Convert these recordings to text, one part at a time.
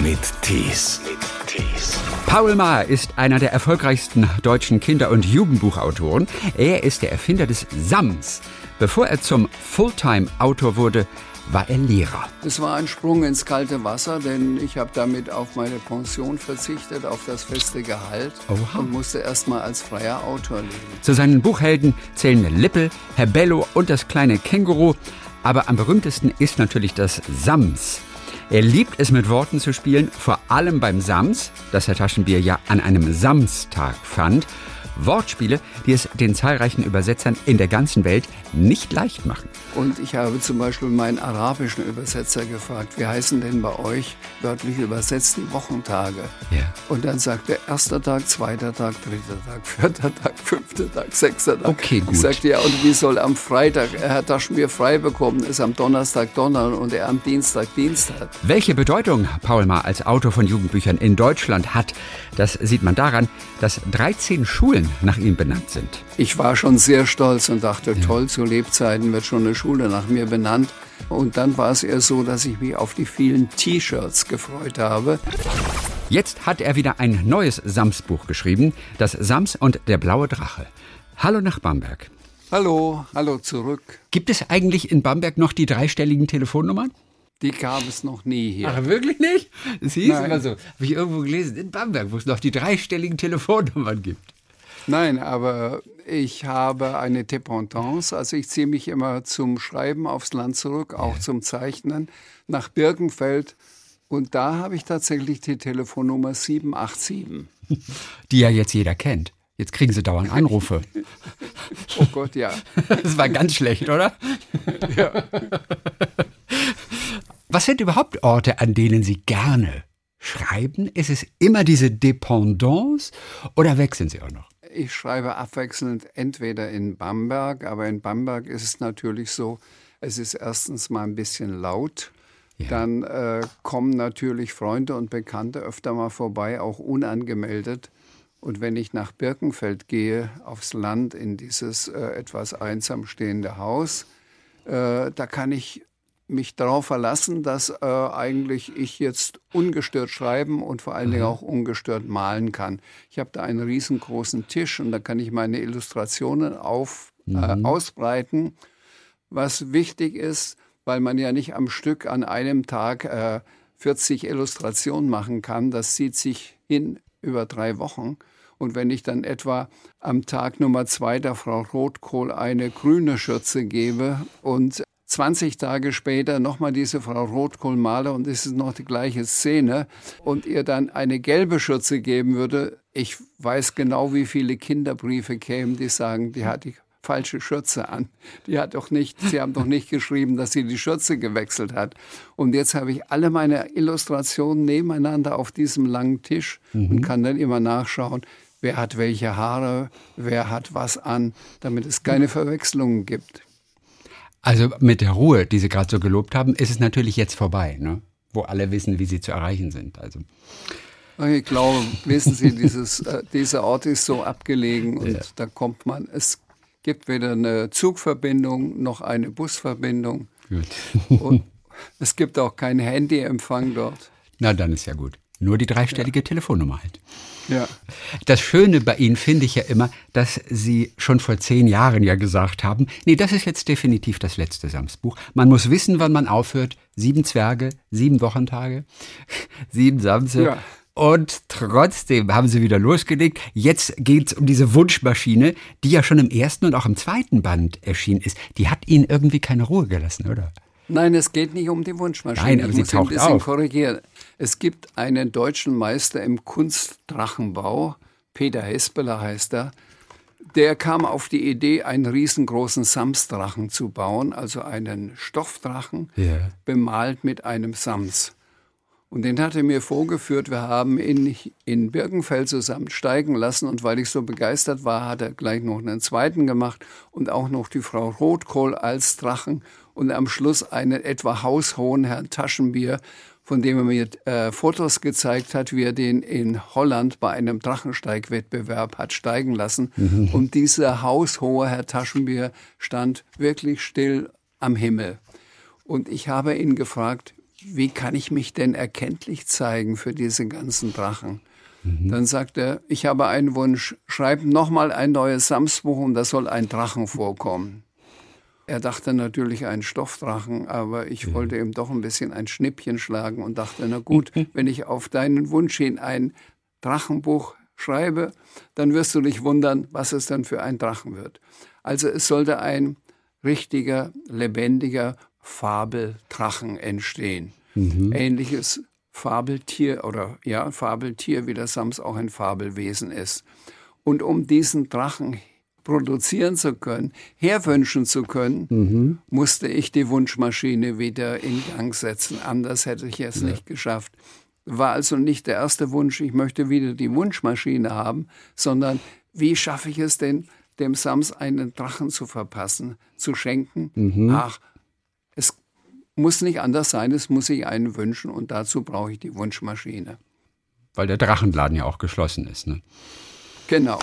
mit Tees. Paul Maar ist einer der erfolgreichsten deutschen Kinder- und Jugendbuchautoren. Er ist der Erfinder des Sams. Bevor er zum Fulltime-Autor wurde, war er Lehrer. Es war ein Sprung ins kalte Wasser, denn ich habe damit auf meine Pension verzichtet, auf das feste Gehalt. Oha. Und musste erst mal als freier Autor leben. Zu seinen Buchhelden zählen Lippel, Herr Bello und das kleine Känguru. Aber am berühmtesten ist natürlich das Sams. Er liebt es, mit Worten zu spielen, vor allem beim Sams, das Herr Taschenbier ja an einem Samstag fand. Wortspiele, die es den zahlreichen Übersetzern in der ganzen Welt nicht leicht machen. Und ich habe zum Beispiel meinen arabischen Übersetzer gefragt, wie heißen denn bei euch, wörtlich übersetzt, die Wochentage? Ja. Und dann sagt er, erster Tag, zweiter Tag, dritter Tag, vierter Tag, fünfter Tag, sechster Tag. Okay, gut. Ich sagte, ja, und wie soll am Freitag Herr Taschenbier frei bekommen, ist am Donnerstag Donnern und er am Dienstag Dienstag. Welche Bedeutung Paul Maar als Autor von Jugendbüchern in Deutschland hat, das sieht man daran, dass 13 Schulen nach ihm benannt sind. Ich war schon sehr stolz und dachte, toll, zu Lebzeiten wird schon eine Schule nach mir benannt. Und dann war es eher so, dass ich mich auf die vielen T-Shirts gefreut habe. Jetzt hat er wieder ein neues Sams-Buch geschrieben, das Sams und der blaue Drache. Hallo nach Bamberg. Hallo zurück. Gibt es eigentlich in Bamberg noch die dreistelligen Telefonnummern? Die gab es noch nie hier. Ach, wirklich nicht? Es hieß Nein. immer so, habe ich irgendwo gelesen, in Bamberg, wo es noch die dreistelligen Telefonnummern gibt. Nein, aber ich habe eine Dependance. Also ich ziehe mich immer zum Schreiben aufs Land zurück, auch zum Zeichnen, nach Birkenfeld. Und da habe ich tatsächlich die Telefonnummer 787. Die ja jetzt jeder kennt. Jetzt kriegen Sie dauernd Anrufe. Oh Gott, ja. Das war ganz schlecht, oder? Ja. Was sind überhaupt Orte, an denen Sie gerne schreiben? Ist es immer diese Dependance oder wechseln Sie auch noch? Ich schreibe abwechselnd entweder in Bamberg, aber in Bamberg ist es natürlich so, es ist erstens mal ein bisschen laut. Ja. Dann kommen natürlich Freunde und Bekannte öfter mal vorbei, auch unangemeldet. Und wenn ich nach Birkenfeld gehe, aufs Land, in dieses etwas einsam stehende Haus, da kann ich mich darauf verlassen, dass eigentlich ich jetzt ungestört schreiben und vor allen Dingen auch ungestört malen kann. Ich habe da einen riesengroßen Tisch und da kann ich meine Illustrationen ausbreiten. Was wichtig ist, weil man ja nicht am Stück an einem Tag 40 Illustrationen machen kann, das zieht sich hin über 3 Wochen. Und wenn ich dann etwa am Tag Nummer 2 der Frau Rotkohl eine grüne Schürze gebe und 20 Tage später nochmal diese Frau Rotkohl male und es ist noch die gleiche Szene und ihr dann eine gelbe Schürze geben würde, ich weiß genau, wie viele Kinderbriefe kämen, die sagen, die hat die falsche Schürze an. Sie haben doch nicht geschrieben, dass sie die Schürze gewechselt hat. Und jetzt habe ich alle meine Illustrationen nebeneinander auf diesem langen Tisch und kann dann immer nachschauen, wer hat welche Haare, wer hat was an, damit es keine Verwechslungen gibt. Also mit der Ruhe, die Sie gerade so gelobt haben, ist es natürlich jetzt vorbei, ne? Wo alle wissen, wie sie zu erreichen sind. Also. Ich glaube, wissen Sie, dieser Ort ist so abgelegen und da kommt man, es gibt weder eine Zugverbindung noch eine Busverbindung. Gut. Und es gibt auch keinen Handyempfang dort. Na, dann ist ja gut. Nur die dreistellige Telefonnummer halt. Ja. Das Schöne bei Ihnen finde ich ja immer, dass Sie schon vor 10 Jahren ja gesagt haben, nee, das ist jetzt definitiv das letzte Samsbuch. Man muss wissen, wann man aufhört. 7 Zwerge, 7 Wochentage, 7 Samse. Ja. Und trotzdem haben Sie wieder losgelegt. Jetzt geht's um diese Wunschmaschine, die ja schon im ersten und auch im zweiten Band erschienen ist. Die hat Ihnen irgendwie keine Ruhe gelassen, oder? Nein, es geht nicht um die Wunschmaschine. Nein, aber sie ich muss ein taucht bisschen auf. korrigieren. Es gibt einen deutschen Meister im Kunstdrachenbau, Peter Hespeler heißt er. Der kam auf die Idee, einen riesengroßen Samsdrachen zu bauen, also einen Stoffdrachen, bemalt mit einem Sams. Und den hat er mir vorgeführt. Wir haben ihn in Birkenfeld zusammen steigen lassen. Und weil ich so begeistert war, hat er gleich noch einen zweiten gemacht und auch noch die Frau Rotkohl als Drachen. Und am Schluss einen etwa haushohen Herrn Taschenbier, von dem er mir Fotos gezeigt hat, wie er den in Holland bei einem Drachensteigwettbewerb hat steigen lassen. Und dieser haushohe Herr Taschenbier stand wirklich still am Himmel. Und ich habe ihn gefragt, wie kann ich mich denn erkenntlich zeigen für diese ganzen Drachen? Dann sagt er, ich habe einen Wunsch, schreib nochmal ein neues Sams-Buch und da soll ein Drachen vorkommen. Er dachte natürlich einen Stoffdrachen, aber ich wollte ihm doch ein bisschen ein Schnippchen schlagen und dachte, na gut, wenn ich auf deinen Wunsch hin ein Drachenbuch schreibe, dann wirst du dich wundern, was es dann für ein Drachen wird. Also es sollte ein richtiger, lebendiger Fabeldrachen entstehen. Ähnliches Fabeltier Fabeltier, wie der Sams auch ein Fabelwesen ist. Und um diesen Drachen produzieren zu können, herwünschen zu können, musste ich die Wunschmaschine wieder in Gang setzen. Anders hätte ich es nicht geschafft. War also nicht der erste Wunsch, ich möchte wieder die Wunschmaschine haben, sondern wie schaffe ich es denn, dem Sams einen Drachen zu verpassen, zu schenken? Ach, es muss nicht anders sein, es muss sich einen wünschen und dazu brauche ich die Wunschmaschine. Weil der Drachenladen ja auch geschlossen ist, ne? Genau.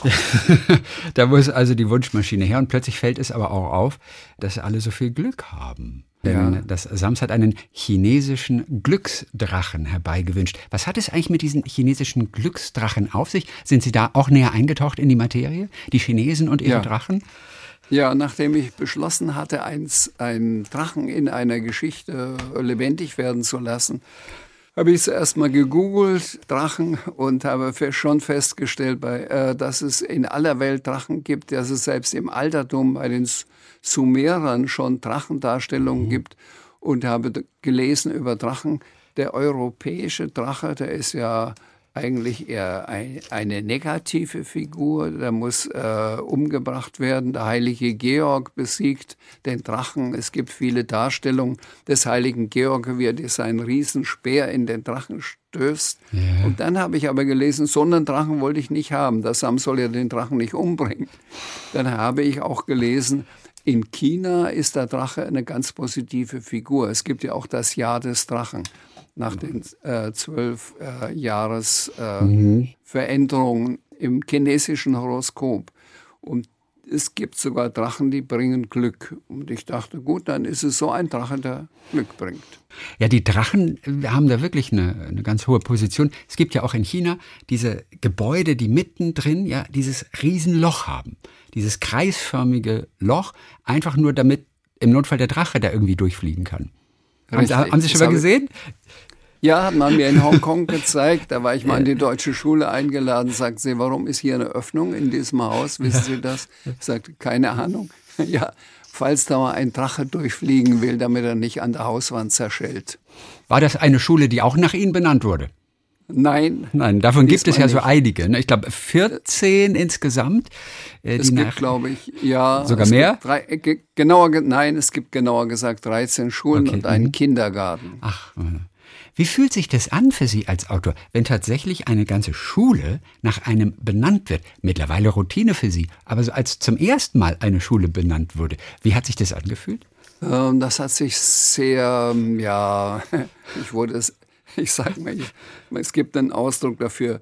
Da muss also die Wunschmaschine her und plötzlich fällt es aber auch auf, dass alle so viel Glück haben. Denn das Sams hat einen chinesischen Glücksdrachen herbeigewünscht. Was hat es eigentlich mit diesen chinesischen Glücksdrachen auf sich? Sind Sie da auch näher eingetaucht in die Materie? Die Chinesen und ihre Drachen? Ja, nachdem ich beschlossen hatte, einen Drachen in einer Geschichte lebendig werden zu lassen, habe ich zuerst mal gegoogelt, Drachen, und habe schon festgestellt, dass es in aller Welt Drachen gibt, dass es selbst im Altertum bei den Sumerern schon Drachendarstellungen gibt, und habe gelesen über Drachen. Der europäische Drache, der ist ja eigentlich eher eine negative Figur, der muss umgebracht werden. Der heilige Georg besiegt den Drachen. Es gibt viele Darstellungen des heiligen Georg, wie er seinen Riesenspeer in den Drachen stößt. Ja. Und dann habe ich aber gelesen, so einen Drachen wollte ich nicht haben. Der Sam soll ja den Drachen nicht umbringen. Dann habe ich auch gelesen, in China ist der Drache eine ganz positive Figur. Es gibt ja auch das Jahr des Drachen. Nach den 12 Jahresveränderungen im chinesischen Horoskop. Und es gibt sogar Drachen, die bringen Glück. Und ich dachte, gut, dann ist es so ein Drache, der Glück bringt. Ja, die Drachen haben da wirklich eine ganz hohe Position. Es gibt ja auch in China diese Gebäude, die mittendrin ja dieses Riesenloch haben. Dieses kreisförmige Loch, einfach nur damit im Notfall der Drache da irgendwie durchfliegen kann. Haben Sie schon mal gesehen? Ja, hat man mir in Hongkong gezeigt. Da war ich mal in die deutsche Schule eingeladen. Sagt sie, warum ist hier eine Öffnung in diesem Haus? Wissen Sie das? Ich sagte, keine Ahnung. Ja, falls da mal ein Drache durchfliegen will, damit er nicht an der Hauswand zerschellt. War das eine Schule, die auch nach Ihnen benannt wurde? Nein. Nein, davon gibt es ja so einige. Ne? Ich glaube 14 insgesamt. Es gibt, glaube ich, ja. Sogar mehr? Es gibt genauer gesagt 13 Schulen und einen Kindergarten. Ach, wie fühlt sich das an für Sie als Autor, wenn tatsächlich eine ganze Schule nach einem benannt wird? Mittlerweile Routine für Sie, aber so als zum ersten Mal eine Schule benannt wurde. Wie hat sich das angefühlt? Das hat sich sehr, ich sage mal, es gibt einen Ausdruck dafür,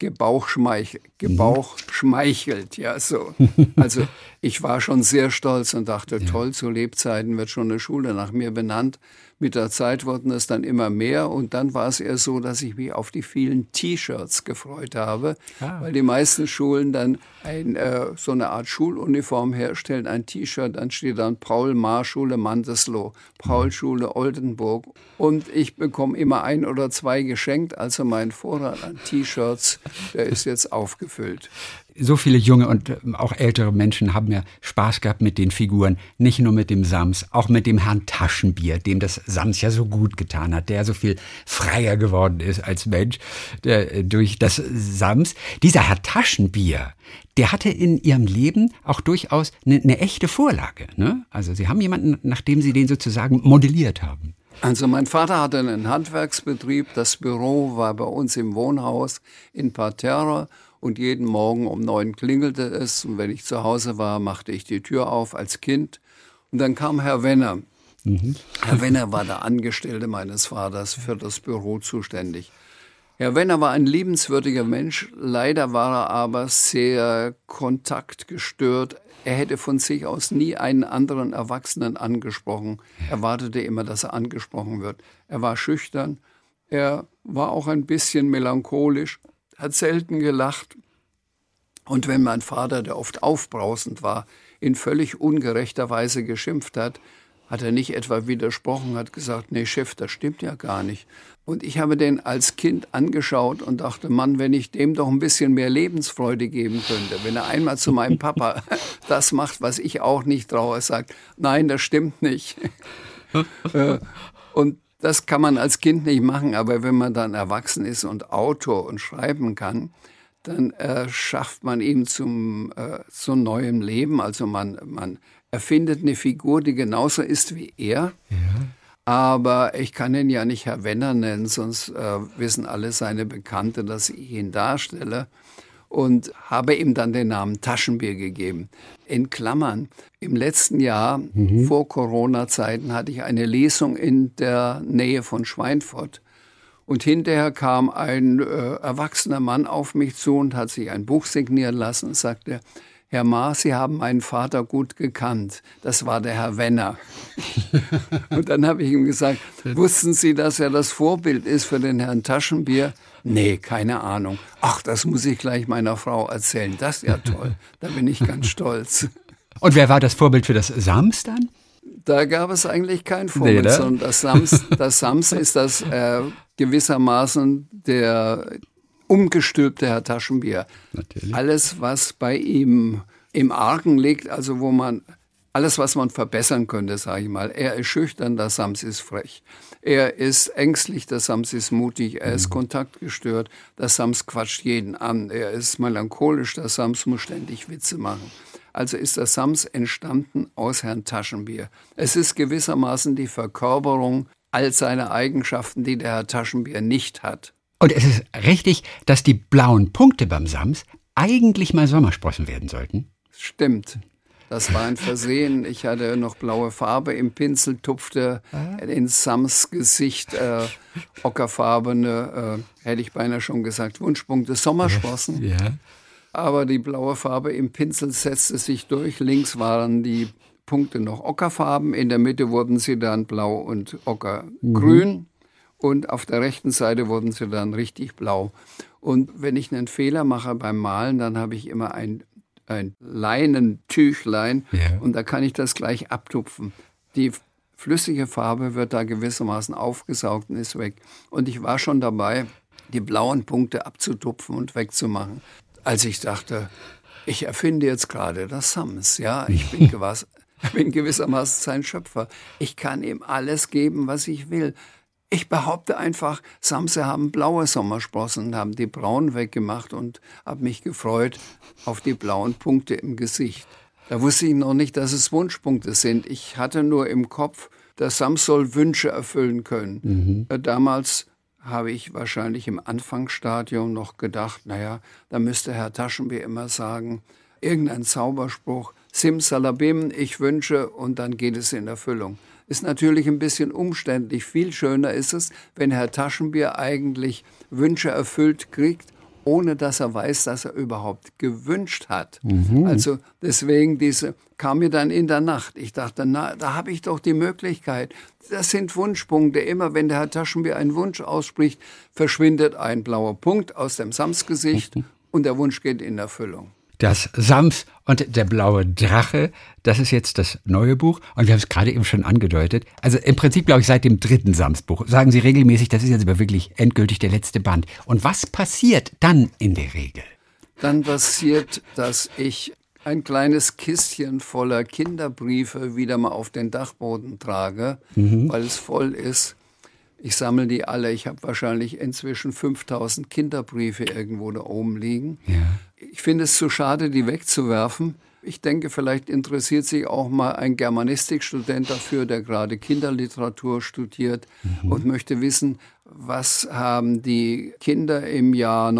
gebauchschmeichelt, ja, so. Also ich war schon sehr stolz und dachte, toll, zu Lebzeiten wird schon eine Schule nach mir benannt. Mit der Zeit wurden es dann immer mehr und dann war es eher so, dass ich mich auf die vielen T-Shirts gefreut habe, weil die meisten Schulen dann so eine Art Schuluniform herstellen, ein T-Shirt, dann steht dann Paul-Marschule Mandesloh, Paul-Schule Oldenburg, und ich bekomme immer 1 oder 2 geschenkt, also mein Vorrat an T-Shirts, der ist jetzt aufgefüllt. So viele junge und auch ältere Menschen haben ja Spaß gehabt mit den Figuren, nicht nur mit dem Sams, auch mit dem Herrn Taschenbier, dem das Sams ja so gut getan hat, der so viel freier geworden ist als Mensch durch das Sams. Dieser Herr Taschenbier, der hatte in Ihrem Leben auch durchaus eine echte Vorlage, ne? Also Sie haben jemanden, nachdem Sie den sozusagen modelliert haben. Also mein Vater hatte einen Handwerksbetrieb, das Büro war bei uns im Wohnhaus in Parterre. Und jeden Morgen um 9 klingelte es. Und wenn ich zu Hause war, machte ich die Tür auf als Kind. Und dann kam Herr Wenner. Herr Wenner war der Angestellte meines Vaters, für das Büro zuständig. Herr Wenner war ein liebenswürdiger Mensch. Leider war er aber sehr kontaktgestört. Er hätte von sich aus nie einen anderen Erwachsenen angesprochen. Er wartete immer, dass er angesprochen wird. Er war schüchtern. Er war auch ein bisschen melancholisch, hat selten gelacht. Und wenn mein Vater, der oft aufbrausend war, in völlig ungerechter Weise geschimpft hat er nicht etwa widersprochen, hat gesagt, nee Chef, das stimmt ja gar nicht. Und ich habe den als Kind angeschaut und dachte, Mann, wenn ich dem doch ein bisschen mehr Lebensfreude geben könnte, wenn er einmal zu meinem Papa das macht, was ich auch nicht traue, sagt, nein, das stimmt nicht. Und das kann man als Kind nicht machen, aber wenn man dann erwachsen ist und Autor und schreiben kann, dann schafft man ihm zum neuem Leben. Also man erfindet eine Figur, die genauso ist wie er. Ja. Aber ich kann ihn ja nicht Herr Wenner nennen, sonst wissen alle seine Bekannte, dass ich ihn darstelle. Und habe ihm dann den Namen Taschenbier gegeben. In Klammern, im letzten Jahr, vor Corona-Zeiten, hatte ich eine Lesung in der Nähe von Schweinfurt. Und hinterher kam ein erwachsener Mann auf mich zu und hat sich ein Buch signieren lassen und sagte, Herr Maar, Sie haben meinen Vater gut gekannt. Das war der Herr Wenner. Und dann habe ich ihm gesagt, wussten Sie, dass er das Vorbild ist für den Herrn Taschenbier? Nee, keine Ahnung. Ach, das muss ich gleich meiner Frau erzählen. Das ist ja toll. Da bin ich ganz stolz. Und wer war das Vorbild für das Sams dann? Da gab es eigentlich kein Vorbild, sondern das Sams ist das gewissermaßen der umgestülpte Herr Taschenbier. Natürlich. Alles, was bei ihm im Argen liegt, also alles, was man verbessern könnte, sage ich mal. Er ist schüchtern, der Sams ist frech. Er ist ängstlich, der Sams ist mutig. Er ist kontaktgestört, der Sams quatscht jeden an. Er ist melancholisch, der Sams muss ständig Witze machen. Also ist der Sams entstanden aus Herrn Taschenbier. Es ist gewissermaßen die Verkörperung all seiner Eigenschaften, die der Herr Taschenbier nicht hat. Und es ist richtig, dass die blauen Punkte beim Sams eigentlich mal Sommersprossen werden sollten? Stimmt. Das war ein Versehen. Ich hatte noch blaue Farbe im Pinsel, tupfte in Sams Gesicht ockerfarbene, hätte ich beinahe schon gesagt, Wunschpunkte, Sommersprossen. Ja. Aber die blaue Farbe im Pinsel setzte sich durch. Links waren die Punkte noch ockerfarben, in der Mitte wurden sie dann blau und ockergrün. Und auf der rechten Seite wurden sie dann richtig blau. Und wenn ich einen Fehler mache beim Malen, dann habe ich immer ein Leinentüchlein und da kann ich das gleich abtupfen. Die flüssige Farbe wird da gewissermaßen aufgesaugt und ist weg. Und ich war schon dabei, die blauen Punkte abzutupfen und wegzumachen. Als ich dachte, ich erfinde jetzt gerade das Sams. Ja, ich bin gewissermaßen sein Schöpfer. Ich kann ihm alles geben, was ich will. Ich behaupte einfach, Samse haben blaue Sommersprossen und haben die braunen weggemacht und habe mich gefreut auf die blauen Punkte im Gesicht. Da wusste ich noch nicht, dass es Wunschpunkte sind. Ich hatte nur im Kopf, der Sams soll Wünsche erfüllen können. Damals habe ich wahrscheinlich im Anfangsstadium noch gedacht, naja, da müsste Herr Taschenbier immer sagen, irgendein Zauberspruch, Simsalabim, ich wünsche und dann geht es in Erfüllung. Ist natürlich ein bisschen umständlich. Viel schöner ist es, wenn Herr Taschenbier eigentlich Wünsche erfüllt kriegt, ohne dass er weiß, dass er überhaupt gewünscht hat. Also deswegen kam mir dann in der Nacht. Ich dachte, da habe ich doch die Möglichkeit. Das sind Wunschpunkte. Immer wenn der Herr Taschenbier einen Wunsch ausspricht, verschwindet ein blauer Punkt aus dem Samsgesicht und der Wunsch geht in Erfüllung. Das Sams und der blaue Drache, das ist jetzt das neue Buch. Und wir haben es gerade eben schon angedeutet. Also im Prinzip, glaube ich, seit dem 3. Sams-Buch sagen Sie regelmäßig, das ist jetzt aber wirklich endgültig der letzte Band. Und was passiert dann in der Regel? Dann passiert, dass ich ein kleines Kistchen voller Kinderbriefe wieder mal auf den Dachboden trage, weil es voll ist. Ich sammle die alle. Ich habe wahrscheinlich inzwischen 5000 Kinderbriefe irgendwo da oben liegen. Ja. Ich finde es zu schade, die wegzuwerfen. Ich denke, vielleicht interessiert sich auch mal ein Germanistikstudent dafür, der gerade Kinderliteratur studiert und möchte wissen, was haben die Kinder im Jahr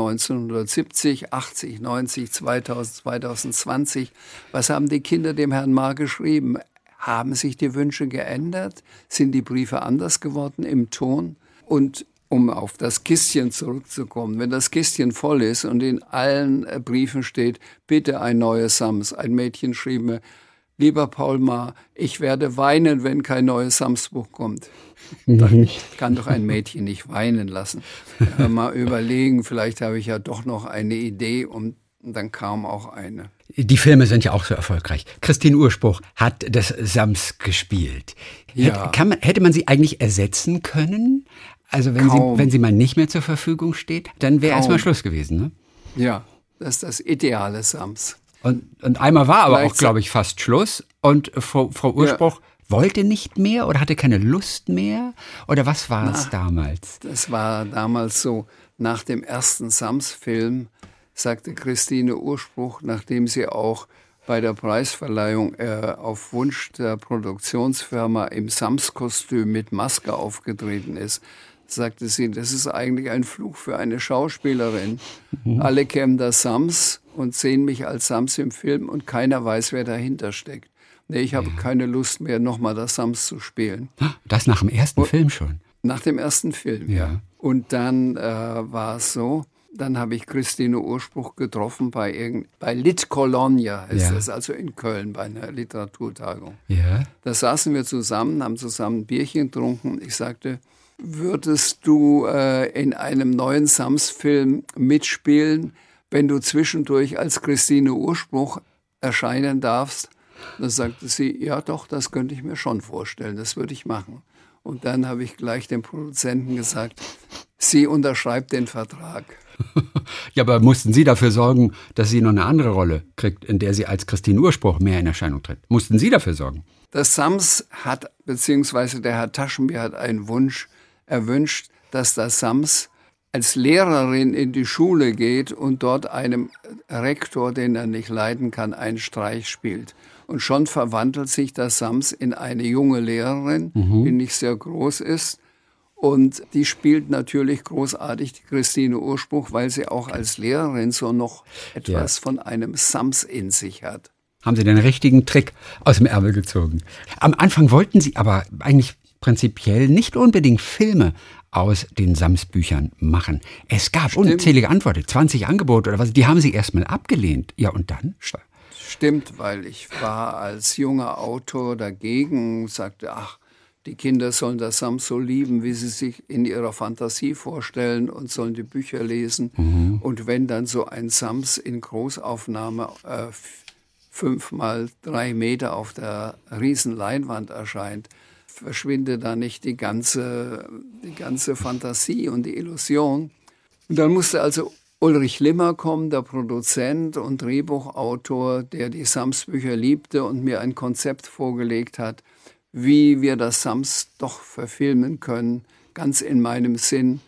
1970, 80, 90, 2000, 2020, was haben die Kinder dem Herrn Maar geschrieben? Haben sich die Wünsche geändert? Sind die Briefe anders geworden im Ton? Und um auf das Kistchen zurückzukommen. Wenn das Kistchen voll ist und in allen Briefen steht, bitte ein neues Sams. Ein Mädchen schrieb mir, lieber Paul Maar, ich werde weinen, wenn kein neues Sams-Buch kommt. Ich kann doch ein Mädchen nicht weinen lassen. Mal überlegen, vielleicht habe ich ja doch noch eine Idee, und dann kam auch eine. Die Filme sind ja auch so erfolgreich. Christine Urspruch hat das Sams gespielt. Ja. Hätte man sie eigentlich ersetzen können? Also wenn sie mal nicht mehr zur Verfügung steht, dann wäre erstmal Schluss gewesen, ne? Ja, das ist das ideale Sams. Und einmal war aber auch, glaube ich, fast Schluss. Und Frau Urspruch wollte nicht mehr oder hatte keine Lust mehr? Oder was war es damals? Das war damals so, nach dem ersten Sams-Film sagte Christine Urspruch, nachdem sie auch bei der Preisverleihung auf Wunsch der Produktionsfirma im Sams-Kostüm mit Maske aufgetreten ist, sagte sie, das ist eigentlich ein Fluch für eine Schauspielerin. Alle kennen das Sams und sehen mich als Sams im Film und keiner weiß, wer dahinter steckt. Nee, ich habe keine Lust mehr, nochmal das Sams zu spielen. Das nach dem ersten Film schon? Nach dem ersten Film, ja. Und dann war es so, dann habe ich Christine Urspruch getroffen bei Lit Colonia, heißt das, also in Köln, bei einer Literaturtagung. Ja. Da saßen wir zusammen, haben zusammen ein Bierchen getrunken. Ich sagte, würdest du in einem neuen Sams-Film mitspielen, wenn du zwischendurch als Christine Urspruch erscheinen darfst? Da sagte sie, ja doch, das könnte ich mir schon vorstellen, das würde ich machen. Und dann habe ich gleich dem Produzenten gesagt, sie unterschreibt den Vertrag. Ja, aber mussten Sie dafür sorgen, dass sie noch eine andere Rolle kriegt, in der sie als Christine Urspruch mehr in Erscheinung tritt? Mussten Sie dafür sorgen? Das Sams hat, beziehungsweise der Herr Taschenbier hat einen Wunsch erwünscht, dass das Sams als Lehrerin in die Schule geht und dort einem Rektor, den er nicht leiden kann, einen Streich spielt. Und schon verwandelt sich das Sams in eine junge Lehrerin, die nicht sehr groß ist. Und die spielt natürlich großartig die Christine Urspruch, weil sie auch als Lehrerin so noch etwas von einem Sams in sich hat. Haben Sie den richtigen Trick aus dem Ärmel gezogen? Am Anfang wollten Sie aber eigentlich prinzipiell nicht unbedingt Filme aus den Sams-Büchern machen. Es gab unzählige Antworten, 20 Angebote oder was, die haben Sie erstmal abgelehnt. Ja, und dann? Stimmt, weil ich war als junger Autor dagegen, sagte, ach, die Kinder sollen das Sams so lieben, wie sie sich in ihrer Fantasie vorstellen und sollen die Bücher lesen. Und wenn dann so ein Sams in Großaufnahme 5 mal 3 Meter auf der riesen Leinwand erscheint, verschwindet da nicht die ganze Fantasie und die Illusion. Und dann musste also Ulrich Limmer kommen, der Produzent und Drehbuchautor, der die Sams-Bücher liebte und mir ein Konzept vorgelegt hat, wie wir das Sams doch verfilmen können, ganz in meinem Sinn.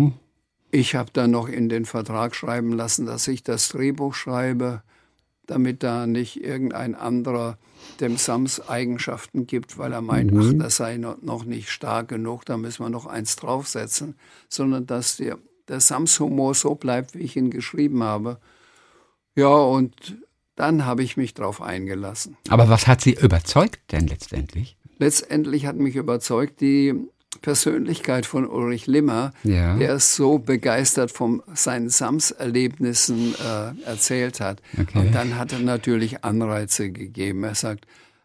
Ich habe dann noch in den Vertrag schreiben lassen, dass ich das Drehbuch schreibe, damit da nicht irgendein anderer dem Sams Eigenschaften gibt, weil er meint, ach, das sei noch nicht stark genug, da müssen wir noch eins draufsetzen, sondern dass der Sams-Humor so bleibt, wie ich ihn geschrieben habe. Ja, und dann habe ich mich drauf eingelassen. Aber was hat Sie überzeugt denn letztendlich? Letztendlich hat mich überzeugt die Persönlichkeit von Ulrich Limmer. Der ist so begeistert von seinen Sams-Erlebnissen erzählt hat. Okay. Und dann hat er natürlich Anreize gegeben. Er sagt,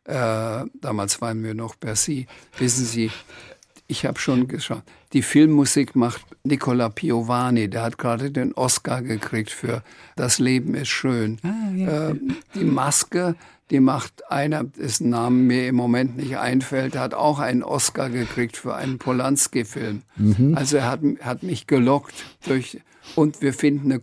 damals waren wir noch per Sie, wissen Sie, ich habe schon geschaut, die Filmmusik macht Nicola Piovani, der hat gerade den Oscar gekriegt für Das Leben ist schön. Die Maske, die macht einer, dessen Namen mir im Moment nicht einfällt, der hat auch einen Oscar gekriegt für einen Polanski-Film. Also er hat mich gelockt und wir finden einen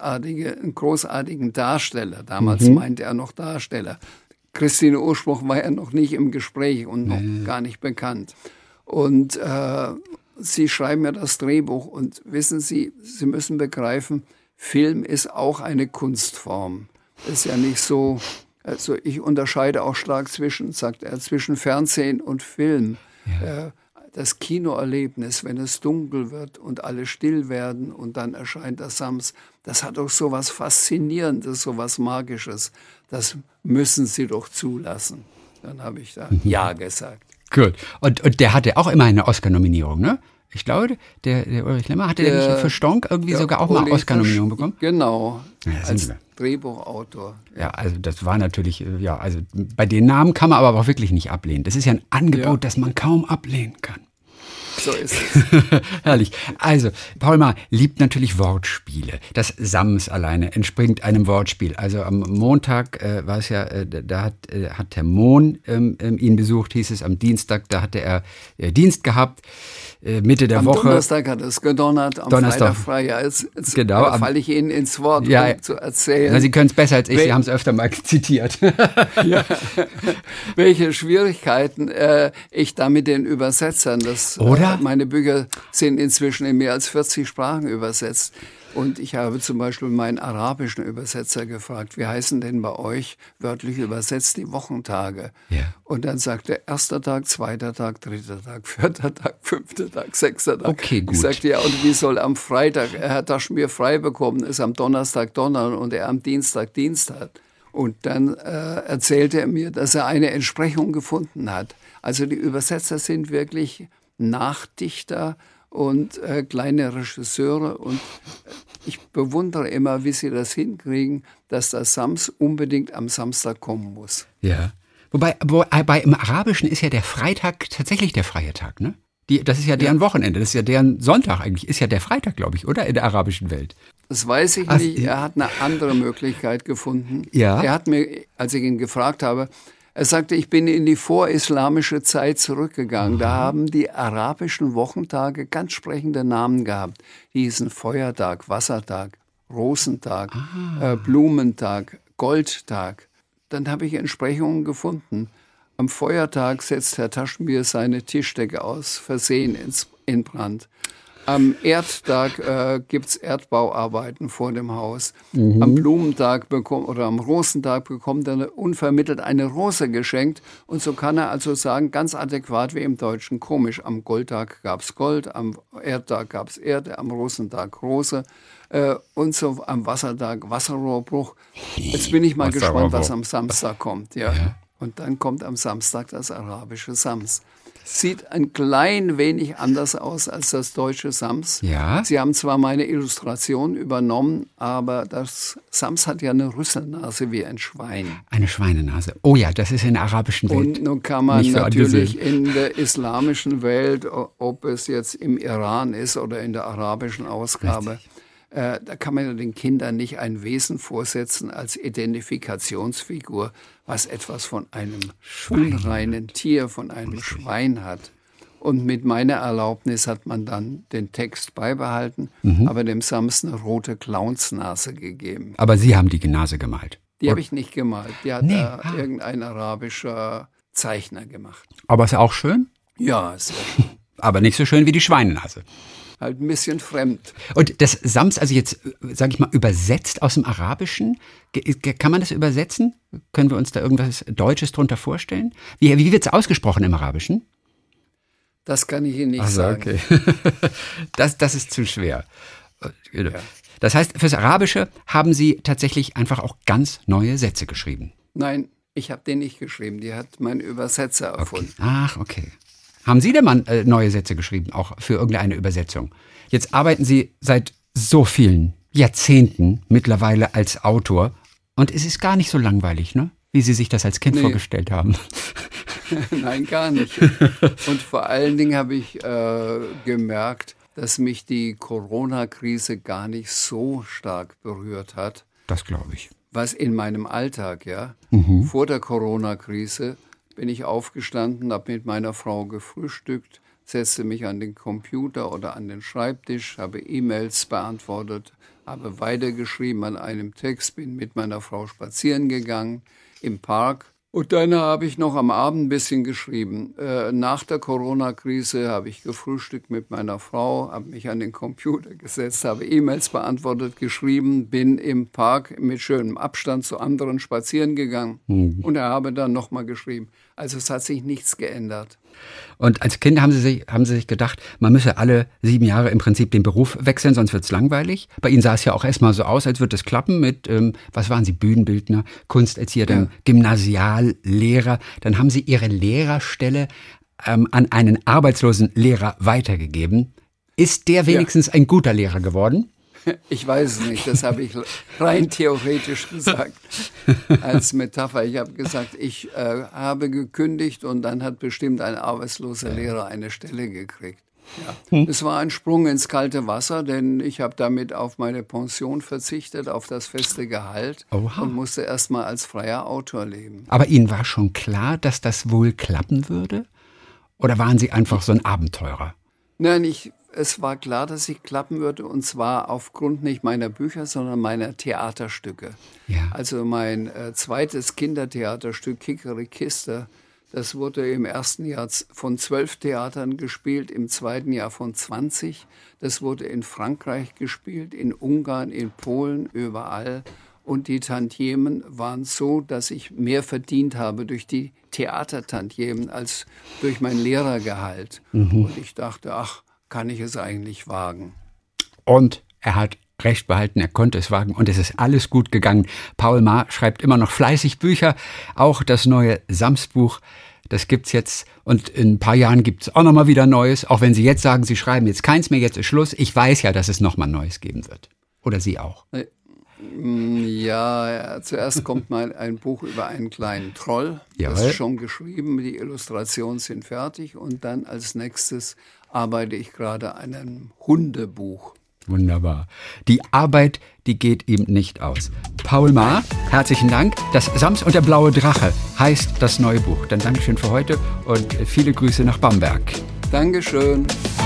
großartigen Darsteller. Damals meinte er noch Darsteller. Christine Urspruch war ja noch nicht im Gespräch und noch gar nicht bekannt. Und Sie schreiben ja das Drehbuch und wissen Sie, Sie müssen begreifen, Film ist auch eine Kunstform. Das ist ja nicht so, also ich unterscheide auch stark zwischen Fernsehen und Film. Das Kinoerlebnis, wenn es dunkel wird und alle still werden und dann erscheint das Sams, das hat doch so was Faszinierendes, so was Magisches. Das müssen Sie doch zulassen. Dann habe ich da Ja gesagt. Gut. Und der hatte auch immer eine Oscar-Nominierung, ne? Ich glaube, der Ulrich Lemmer hatte der nicht für Stonk irgendwie sogar auch mal Oscar-Nominierung bekommen? Genau, ja, als Drehbuchautor. Ja, also das war natürlich, also bei den Namen kann man aber auch wirklich nicht ablehnen. Das ist ja ein Angebot, das man kaum ablehnen kann. So ist es. Herrlich. Also, Paul Maar liebt natürlich Wortspiele. Das Sams alleine entspringt einem Wortspiel. Also am Montag war es ja, da hat Herr Mohn ihn besucht, hieß es. Am Dienstag, da hatte er Dienst gehabt. Mitte der Woche. Am Donnerstag hat es gedonnert, am Freitag frei. Ja, jetzt genau, falle ich Ihnen ins Wort, um zu erzählen. Na, Sie können es besser als ich, Sie haben es öfter mal zitiert. Ja. Welche Schwierigkeiten ich da mit den Übersetzern, meine Bücher sind inzwischen in mehr als 40 Sprachen übersetzt. Und ich habe zum Beispiel meinen arabischen Übersetzer gefragt, wie heißen denn bei euch wörtlich übersetzt die Wochentage? Ja. Und dann sagte er, 1. Tag, 2. Tag, 3. Tag, 4. Tag, 5. Tag, 6. Tag. Okay, gut. Ich sagte, ja, und wie soll am Freitag, Herr Taschmir frei bekommen, ist am Donnerstag donnern und er am Dienstag Dienst hat. Und dann erzählte er mir, dass er eine Entsprechung gefunden hat. Also die Übersetzer sind wirklich Nachdichter und kleine Regisseure, und ich bewundere immer, wie sie das hinkriegen, dass das Sams unbedingt am Samstag kommen muss. Ja, wobei im Arabischen ist ja der Freitag tatsächlich der freie Tag, ne? Das ist ja deren Wochenende, das ist ja deren Sonntag eigentlich, ist ja der Freitag, glaube ich, oder? In der arabischen Welt. Das weiß ich nicht, er hat eine andere Möglichkeit gefunden. Ja. Er hat mir, als ich ihn gefragt habe, er sagte, ich bin in die vorislamische Zeit zurückgegangen. Da haben die arabischen Wochentage ganz sprechende Namen gehabt. Die hießen Feuertag, Wassertag, Rosentag, Blumentag, Goldtag. Dann habe ich Entsprechungen gefunden. Am Feuertag setzt Herr Taschmir seine Tischdecke aus Versehen in Brand. Am Erdtag gibt's Erdbauarbeiten vor dem Haus. Am Blumentag am Rosentag bekommt er unvermittelt eine Rose geschenkt. Und so kann er also sagen, ganz adäquat wie im Deutschen, komisch, am Goldtag gab's Gold, am Erdtag gab's Erde, am Rosentag Rose und so am Wassertag Wasserrohrbruch. Jetzt bin ich mal gespannt, was am Samstag kommt. Ja. Und dann kommt am Samstag das arabische Sams. Sieht ein klein wenig anders aus als das deutsche Sams. Ja. Sie haben zwar meine Illustration übernommen, aber das Sams hat ja eine Rüsselnase wie ein Schwein. Eine Schweinenase. Oh ja, das ist in der arabischen Welt. Und nun kann man natürlich in der islamischen Welt, ob es jetzt im Iran ist oder in der arabischen Ausgabe, da kann man den Kindern nicht ein Wesen vorsetzen als Identifikationsfigur, was etwas von einem unreinen Tier, von einem Schwein hat. Und mit meiner Erlaubnis hat man dann den Text beibehalten, aber dem Sams eine rote Clownsnase gegeben. Aber Sie haben die Nase gemalt? Die habe ich nicht gemalt. Die hat irgendein arabischer Zeichner gemacht. Aber ist ja auch schön? Ja, sehr schön. Aber nicht so schön wie die Schweinenase. Halt ein bisschen fremd. Und das Sams, also jetzt, sage ich mal, übersetzt aus dem Arabischen, kann man das übersetzen? Können wir uns da irgendwas Deutsches drunter vorstellen? Wie wird es ausgesprochen im Arabischen? Das kann ich Ihnen nicht sagen. Okay. Das ist zu schwer. Ja. Das heißt, fürs Arabische haben Sie tatsächlich einfach auch ganz neue Sätze geschrieben? Nein, ich habe den nicht geschrieben. Die hat mein Übersetzer erfunden. Okay. Ach, okay. Haben Sie denn mal neue Sätze geschrieben, auch für irgendeine Übersetzung? Jetzt arbeiten Sie seit so vielen Jahrzehnten mittlerweile als Autor. Und es ist gar nicht so langweilig, ne? Wie Sie sich das als Kind vorgestellt haben. Nein, gar nicht. Und vor allen Dingen habe ich gemerkt, dass mich die Corona-Krise gar nicht so stark berührt hat. Das glaube ich. Was in meinem Alltag, vor der Corona-Krise bin ich aufgestanden, habe mit meiner Frau gefrühstückt, setzte mich an den Computer oder an den Schreibtisch, habe E-Mails beantwortet, habe weitergeschrieben an einem Text, bin mit meiner Frau spazieren gegangen im Park. Und dann habe ich noch am Abend ein bisschen geschrieben. Nach der Corona-Krise habe ich gefrühstückt mit meiner Frau, habe mich an den Computer gesetzt, habe E-Mails beantwortet, geschrieben, bin im Park mit schönem Abstand zu anderen spazieren gegangen und habe dann nochmal geschrieben. Also es hat sich nichts geändert. Und als Kind haben Sie sich gedacht, man müsse alle 7 Jahre im Prinzip den Beruf wechseln, sonst wird es langweilig. Bei Ihnen sah es ja auch erstmal so aus, als würde es klappen mit, was waren Sie, Bühnenbildner, Kunsterzieher, dann Gymnasiallehrer. Dann haben Sie Ihre Lehrerstelle an einen arbeitslosen Lehrer weitergegeben. Ist der wenigstens ein guter Lehrer geworden? Ich weiß es nicht, das habe ich rein theoretisch gesagt, als Metapher. Ich habe gesagt, ich habe gekündigt und dann hat bestimmt ein arbeitsloser Lehrer eine Stelle gekriegt. Ja. Es war ein Sprung ins kalte Wasser, denn ich habe damit auf meine Pension verzichtet, auf das feste Gehalt und musste erst mal als freier Autor leben. Aber Ihnen war schon klar, dass das wohl klappen würde? Oder waren Sie einfach so ein Abenteurer? Nein, es war klar, dass ich klappen würde, und zwar aufgrund nicht meiner Bücher, sondern meiner Theaterstücke. Ja. Also mein zweites Kindertheaterstück, Kikerikiste, das wurde im ersten Jahr von 12 Theatern gespielt, im zweiten Jahr von 20. Das wurde in Frankreich gespielt, in Ungarn, in Polen, überall. Und die Tantiemen waren so, dass ich mehr verdient habe durch die Theatertantiemen als durch mein Lehrergehalt. Und ich dachte, ach, kann ich es eigentlich wagen? Und er hat recht behalten, er konnte es wagen und es ist alles gut gegangen. Paul Maar schreibt immer noch fleißig Bücher, auch das neue Sams-Buch, das gibt's jetzt und in ein paar Jahren gibt's auch noch mal wieder Neues, auch wenn Sie jetzt sagen, Sie schreiben jetzt keins mehr, jetzt ist Schluss. Ich weiß ja, dass es noch mal Neues geben wird. Oder Sie auch? Ja, zuerst kommt mal ein Buch über einen kleinen Troll. Jawohl. Das ist schon geschrieben, die Illustrationen sind fertig und dann als nächstes arbeite ich gerade an einem Hundebuch. Wunderbar. Die Arbeit, die geht ihm nicht aus. Paul Maar, herzlichen Dank. Das Sams und der blaue Drache heißt das neue Buch. Dann Dankeschön für heute und viele Grüße nach Bamberg. Dankeschön.